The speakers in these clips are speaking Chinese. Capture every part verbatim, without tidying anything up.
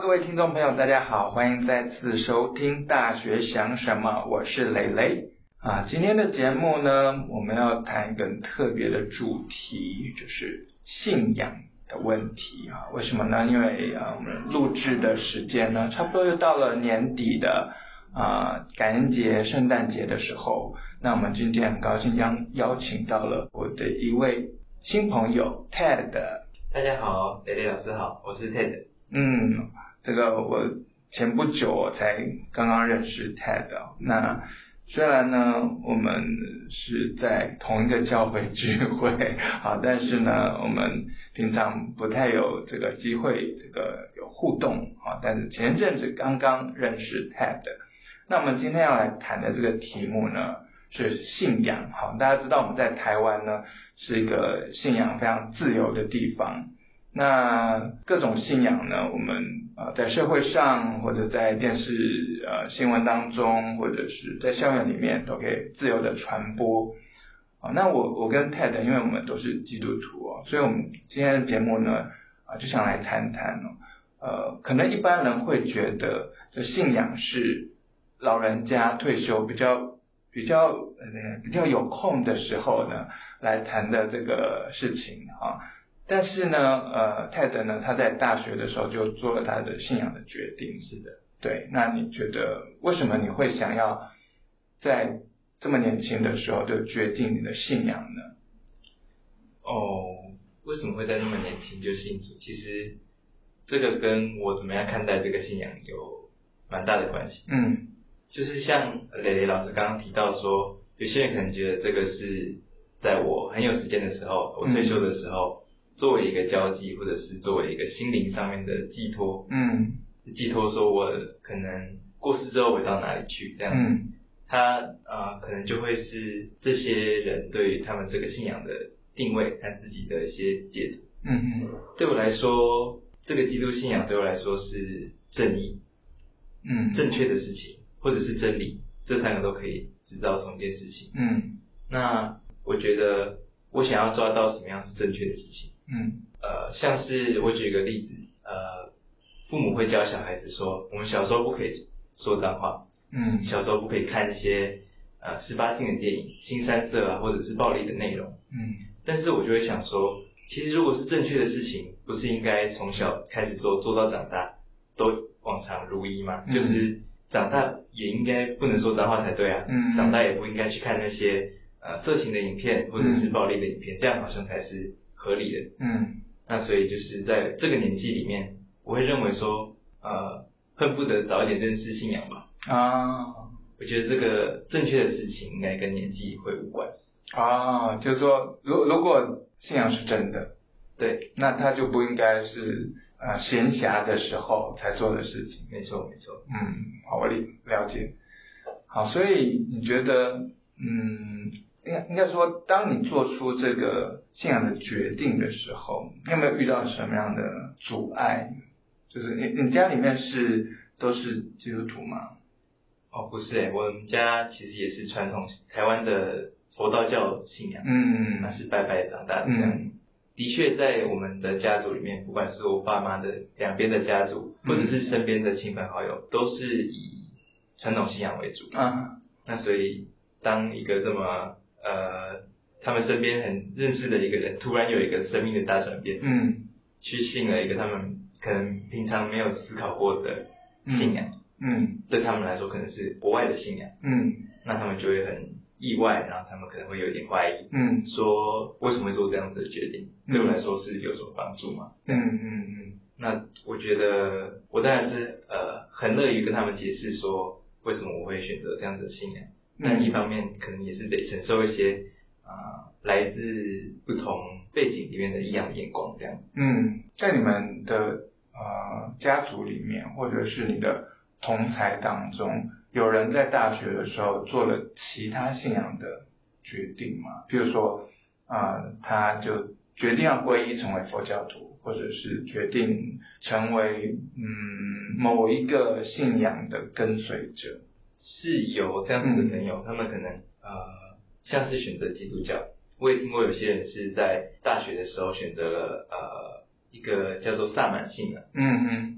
位听众朋友大家好，欢迎再次收听大学想什么，我是蕾蕾啊。今天的节目呢，我们要谈一个很特别的主题，就是信仰的问题啊。为什么呢？因为啊，我们录制的时间呢，差不多又到了年底的啊感恩节、圣诞节的时候。那我们今天很高兴邀邀请到了我的一位新朋友 Ted。 大家好，蕾蕾老师好，我是 Ted。 嗯，这个我前不久才刚刚认识 Ted。 那虽然呢我们是在同一个教会聚会啊，但是呢我们平常不太有这个机会这个有互动啊，但是前阵子刚刚认识 Ted。 那我们今天要来谈的这个题目呢是信仰。好，大家知道我们在台湾呢是一个信仰非常自由的地方，那各种信仰呢我们呃在社会上或者在电视呃新闻当中或者是在校园里面都可以自由的传播。啊，那我我跟 Ted 因为我们都是基督徒哦，所以我们今天的节目呢啊就想来谈谈哦，呃可能一般人会觉得这信仰是老人家退休比较比较呃比较有空的时候呢来谈的这个事情啊。但是呢呃 Ted 呢他在大学的时候就做了他的信仰的决定。是的，对。那你觉得为什么你会想要在这么年轻的时候就决定你的信仰呢？ 哦，为什么会在那么年轻就信主？其实这个跟我怎么样看待这个信仰有蛮大的关系。 嗯， 就是像蕾蕾老师刚刚提到说，有些人可能觉得这个是在我很有时间的时候，我退休的时候，嗯，作为一个交际或者是作为一个心灵上面的寄托， 嗯， 寄托说我可能过世之后回到哪里去这样子。 嗯， 他呃可能就会是这些人对于他们这个信仰的定位，他自己的一些解读。 嗯嗯， 对我来说，这个基督信仰对我来说是正义， 嗯， 正确的事情，或者是真理，这三个都可以制造同一件事情。 嗯， 那我觉得我想要抓到什么样是正确的事情。 嗯， 呃，像是我举一个例子，呃，父母会教小孩子说，我们小时候不可以说脏话， 嗯， 小时候不可以看一些呃十八禁的电影、腥膻色啊，或者是暴力的内容。 嗯， 但是我就会想说，其实如果是正确的事情，不是应该从小开始做，做到长大都往常如一吗？嗯，就是长大也应该不能说脏话才对啊。嗯，长大也不应该去看那些呃色情的影片或者是暴力的影片，嗯，这样好像才是合理的。嗯，那所以就是在这个年纪里面，我会认为说，呃，恨不得早一点认识信仰吧。 啊， 我觉得这个正确的事情应该跟年纪会无关。 啊，就是说，如如果信仰是真的， 对， 那他就不应该是呃闲暇的时候才做的事情。 没错，没错。 嗯，好，我理了解。好，所以你觉得，嗯，应该应该说，当你做出这个信仰的决定的时候，你有没有遇到什么样的阻碍？就是你你家里面是都是基督徒吗？ 哦，不是诶，我们家其实也是传统台湾的佛道教信仰， 嗯， 那是拜拜长大的这样。嗯，的确在我们的家族里面，不管是我爸妈的两边的家族，或者是身边的亲朋好友，都是以传统信仰为主。啊，那所以当一个这么呃，他们身边很认识的一个人，突然有一个生命的大转变，嗯，去信了一个他们可能平常没有思考过的信仰。嗯嗯，对他们来说可能是国外的信仰，嗯，那他们就会很意外，然后他们可能会有点怀疑，嗯，说为什么会做这样子的决定？嗯，对我来说是有什么帮助吗？嗯嗯嗯，那我觉得我当然是呃很乐于跟他们解释说为什么我会选择这样子的信仰，嗯，但一方面可能也是得承受一些啊、呃、来自不同背景里面的异样的眼光这样。 嗯，在你们的呃家族里面，或者是你的同才当中，有人在大学的时候做了其他信仰的决定吗？比如说啊、呃，他就决定要皈依成为佛教徒，或者是决定成为嗯某一个信仰的跟随者。 是有这样子的朋友，嗯，他们可能呃像是选择基督教。我也听过有些人是在大学的时候选择了呃一个叫做萨满信仰。嗯哼。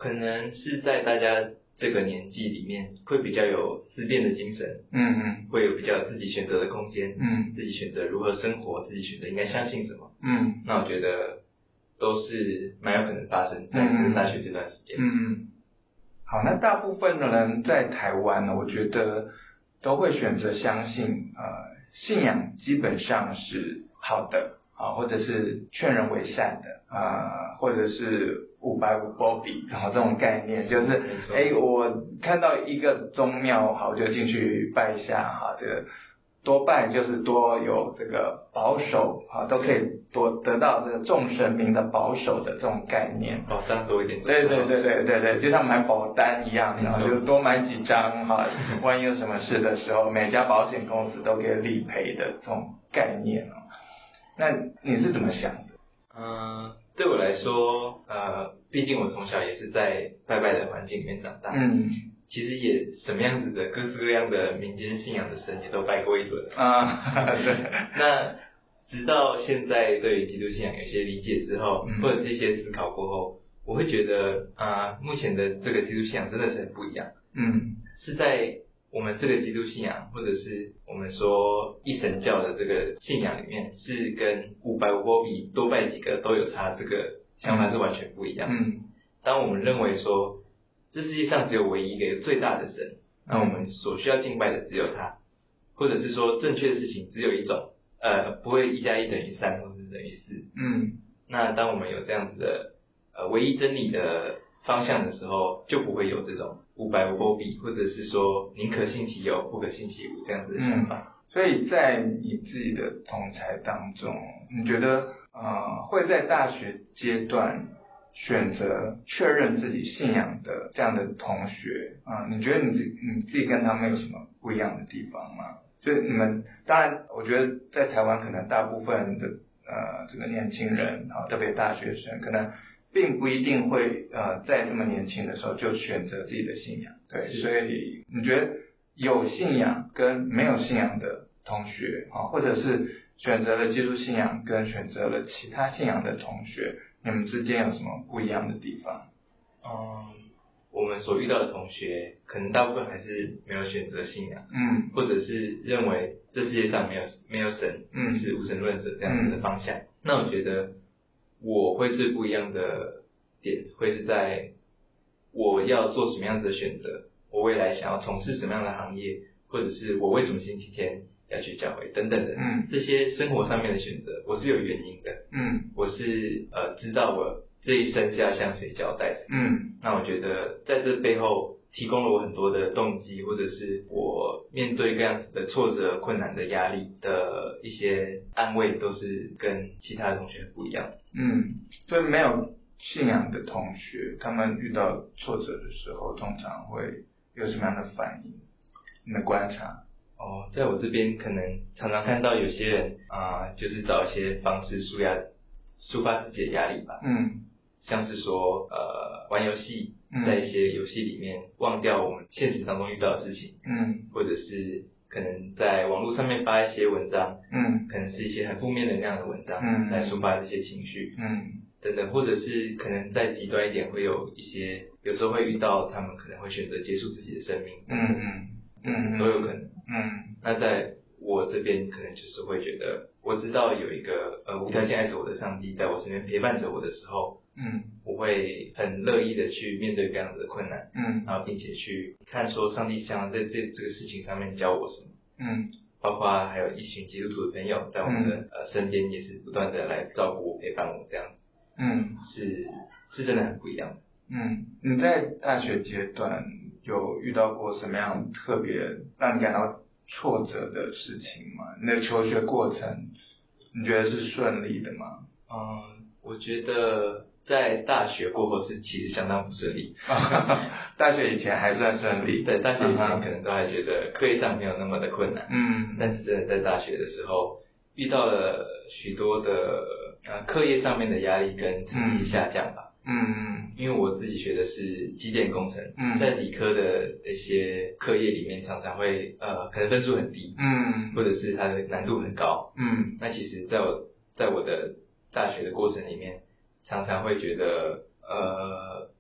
可能是在大家这个年纪里面会比较有思辨的精神， 嗯嗯， 会有比较自己选择的空间， 嗯， 自己选择如何生活，自己选择应该相信什么， 嗯， 那我觉得都是蛮有可能发生在这个大学这段时间。 嗯嗯，好，那大部分的人在台湾呢，我觉得都会选择相信，呃，信仰基本上是好的啊，或者是劝人为善的啊，或者是五百五波比，然后这种概念就是，哎，我看到一个宗庙，好，我就进去拜一下哈，这个多拜就是多有这个保守啊，都可以多得到这个众神明的保守的这种概念， 保障多一点。 对对对对对对，就像买保单一样，然后就多买几张哈，万一有什么事的时候，每家保险公司都可以理赔的这种概念哦。那你是怎么想的？ 嗯、呃，对我来说，呃，毕竟我从小也是在拜拜的环境里面长大， 嗯， 其实也什么样子的各式各样的民间信仰的神也都拜过一轮啊，对。 那直到现在对于基督信仰有些理解之后， 嗯、 或者是一些思考过后，我会觉得啊、呃，目前的这个基督信仰真的是很不一样。 嗯， 是在我们这个基督信仰，或者是我们说一神教的这个信仰里面，是跟五百五波比多拜几个都有差，这个想法是完全不一样。 嗯， 当我们认为说这世界上只有唯一一个最大的神，那我们所需要敬拜的只有他，或者是说正确的事情只有一种，呃，不会一加一等于三，或者是等于四。 嗯， 那当我们有这样子的呃唯一真理的方向的时候，就不会有这种五百无波比，或者是说宁可信其有，不可信其无这样子的想法。 嗯，所以在你自己的同侪当中，你觉得呃会在大学阶段选择确认自己信仰的这样的同学啊、呃，你觉得你自你自己跟他们有什么不一样的地方吗？就你们当然，我觉得在台湾可能大部分的呃这个年轻人啊，特别大学生，可能并不一定会呃在这么年轻的时候就选择自己的信仰。对，所以你觉得有信仰跟没有信仰的同学啊，或者是选择了基督信仰跟选择了其他信仰的同学，你们之间有什么不一样的地方？ 嗯，我们所遇到的同学，可能大部分还是没有选择信仰， 嗯， 或者是认为这世界上没有没有神， 嗯， 是无神论者这样子的方向。嗯、那我觉得我会最不一样的点，会是在我要做什么样子的选择，我未来想要从事什么样的行业，或者是我为什么星期天要去教会等等的， 嗯， 这些生活上面的选择，我是有原因的， 嗯， 我是呃知道我这一生是要向谁交代的， 嗯， 那我觉得在这背后提供了我很多的动机，或者是我面对各样子的挫折、困难的压力的一些安慰，都是跟其他的同学不一样。 嗯，所以没有信仰的同学，他们遇到挫折的时候，通常会有什么样的反应？你的观察？ 哦，在我这边可能常常看到有些人啊、呃，就是找一些方式抒压、抒发自己的压力吧。 嗯， 像是说呃玩游戏，在一些游戏里面忘掉我们现实当中遇到的事情。 嗯， 或者是可能在网络上面发一些文章， 嗯， 可能是一些很负面能量的文章， 嗯， 来抒发这些情绪， 嗯， 等等，或者是可能再极端一点，会有一些有时候会遇到他们可能会选择结束自己的生命， 嗯嗯嗯， 都有可能。 嗯， 那在我这边可能就是会觉得，我知道有一个呃无条件爱着我的上帝在我身边陪伴着我的时候， 嗯， 我会很乐意的去面对这样子的困难， 嗯， 然后并且去看说上帝想在这这个事情上面教我什么， 嗯， 包括还有一群基督徒的朋友在我们的、嗯、呃身边也是不断的来照顾我、陪伴我这样子， 嗯， 是是真的很不一样的。 嗯，你在大学阶段有遇到过什么样特别让你感到挫折的事情吗？你的求学过程你觉得是顺利的吗？ 嗯，我觉得在大学过后是其实相当不顺利。 大学以前还算顺利， 对，大学以前可能都还觉得课业上没有那么的困难， 嗯， 但是真的在大学的时候遇到了许多的呃课业上面的压力跟成绩下降吧。 嗯嗯， 因为我自己学的是机电工程， 嗯，在理科的一些课业里面常常会呃可能分数很低， 嗯， 或者是它的难度很高， 嗯， 那其实在我在我的大学的过程里面，常常会觉得呃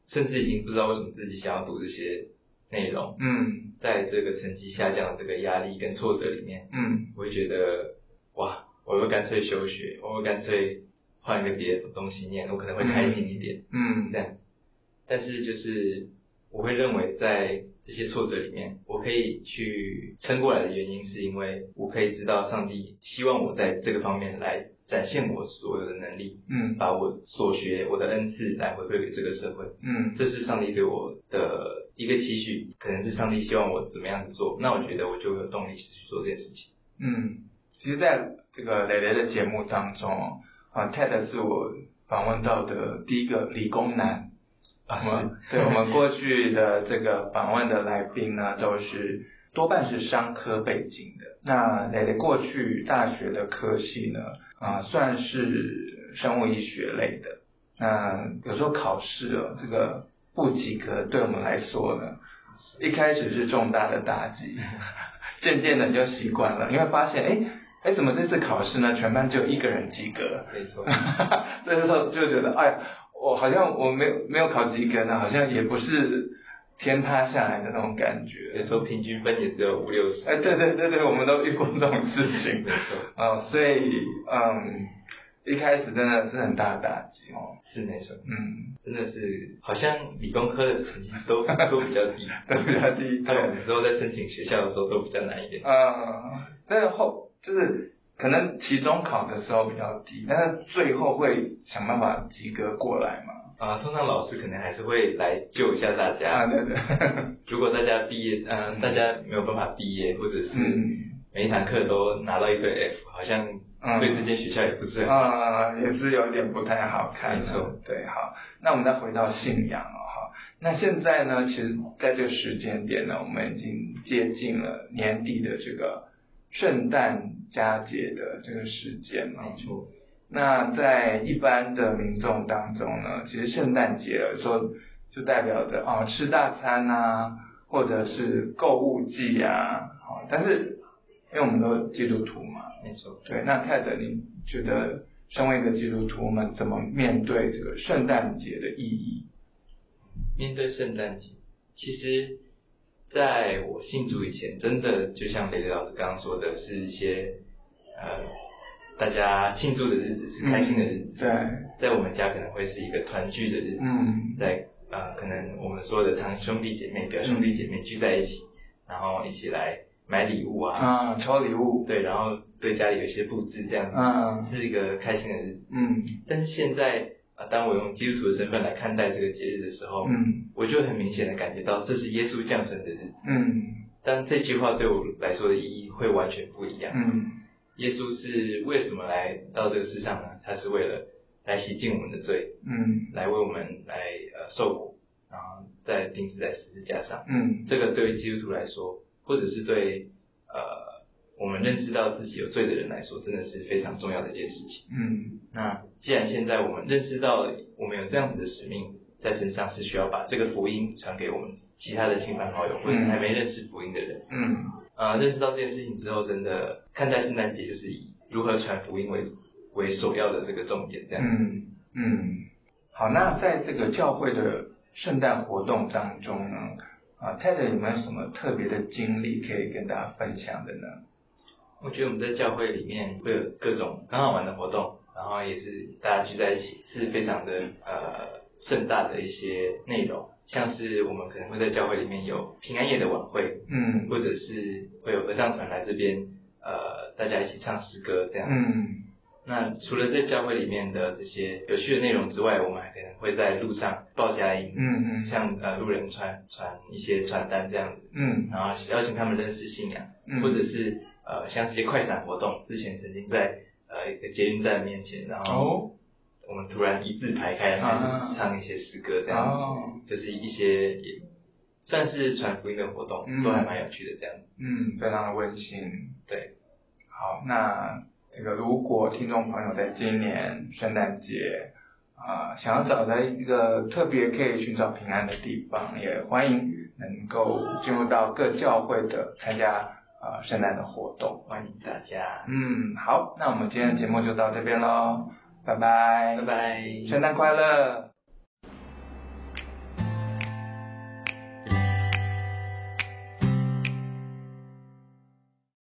甚至已经不知道为什么自己想要读这些内容。 嗯， 在这个成绩下降的这个压力跟挫折里面， 嗯， 我会觉得哇，我会干脆休学，我会干脆换一个别的东西念，我可能会开心一点。 嗯， 这样。但是就是我会认为在这些挫折里面，我可以去撑过来的原因，是因为我可以知道上帝希望我在这个方面来展现我所有的能力， 嗯， 把我所学、我的恩赐来回馈给这个社会， 嗯， 这是上帝对我的一个期许，可能是上帝希望我怎么样子做，那我觉得我就有动力去做这件事情。 嗯，其实在这个蕾蕾的节目当中，啊 ，Ted 是我访问到的第一个理工男。 啊， 是，对，我们过去的这个访问的来宾呢，都是多半是商科背景的。那蕾蕾过去大学的科系呢，啊、呃，算是生物医学类的。那有时候考试哦，这个不及格对我们来说呢，一开始是重大的打击，渐渐的就习惯了，因为发现，哎哎，怎么这次考试呢，全班只有一个人及格？ 没错， 这时候就觉得，哎呀。我好像我没有没有考及格呢，好像也不是天塌下来的那种感觉。 有时候平均分也只有五六十。 哎，对对对对，我们都遇过这种事情。 没错。 哦，所以嗯，一开始真的是很大的打击哦。 是没错。 嗯， 真的是，好像理工科的成绩都都比较低， 都比较低。 对，我们之后在申请学校的时候都比较难一点。 嗯，但是后就是。可能期中考的时候比较低，但是最后会想办法及格过来嘛。 啊，通常老师可能还是会来救一下大家。 啊，对对。 如果大家毕业，嗯、呃，大家没有办法毕业，或者是每一堂课都拿到一堆 F， 好像对这间学校也不是很好。 啊、嗯，也是有点不太好看。 没错。 对，好，那我们再回到信仰哦，哈。那现在呢，其实在这个时间点呢，我们已经接近了年底的这个圣诞佳节的这个时间了。 没错。 那在一般的民众当中呢，其实圣诞节有时候就代表着啊、哦、吃大餐啊，或者是购物季啊，好、哦，但是因为我们都基督徒嘛， 没错。 对，那Ted你觉得身为一个基督徒，我们怎么面对这个圣诞节的意义？ 面对圣诞节，其实在我信主以前，真的就像蕾蕾老师刚刚说的，是一些呃大家庆祝的日子，是开心的日子。 嗯、对， 在我们家可能会是一个团聚的日子。 嗯， 在呃可能我们所有的堂兄弟姐妹、表兄弟姐妹聚在一起，然后一起来买礼物啊， 啊，抽礼物， 对，然后对家里有一些布置，这样子， 嗯， 是一个开心的日子。 嗯， 但是现在啊，当我用基督徒的身份来看待这个节日的时候， 嗯， 我就很明显的感觉到这是耶稣降生的日子。 嗯， 但这句话对我来说的意义会完全不一样。 嗯， 耶稣是为什么来到这个世上呢？他是为了来洗净我们的罪， 嗯， 来为我们来呃受苦，然后再钉死在十字架上。 嗯， 这个对于基督徒来说，或者是对呃我们认识到自己有罪的人来说，真的是非常重要的一件事情。 嗯， 那既然现在我们认识到我们有这样子的使命在身上，是需要把这个福音传给我们其他的亲朋好友，或者是还没认识福音的人。 嗯， 呃，认识到这件事情之后，真的看待圣诞节就是以如何传福音为为首要的这个重点，这样子。 嗯嗯，好，那在这个教会的圣诞活动当中呢，啊 ，Ted 有没有什么特别的经历可以跟大家分享的呢？ 我觉得我们在教会里面会有各种很好玩的活动，然后也是大家聚在一起，是非常的呃盛大的一些内容，像是我们可能会在教会里面有平安夜的晚会， 嗯， 或者是会有合唱团来这边，呃，大家一起唱诗歌这样子。 嗯， 那除了在教会里面的这些有趣的内容之外，我们还可能会在路上报佳音， 嗯嗯， 像呃路人传传一些传单这样子， 嗯， 然后邀请他们认识信仰， 嗯，或者是呃像这些快闪活动，之前曾经在呃一个捷运站面前，然后我们突然一字排开，然后唱一些诗歌这样子， 哦， 就是一些也算是传福音的活动，嗯、都还蛮有趣的这样子。 嗯，非常的温馨。 对， 好，那这个如果听众朋友在今年圣诞节啊、呃，想要找到一个特别可以寻找平安的地方，也欢迎能够进入到各教会的参加啊、呃、圣诞的活动， 欢迎大家。 嗯，好，那我们今天的节目就到这边咯，拜拜， 拜拜， 圣诞快乐。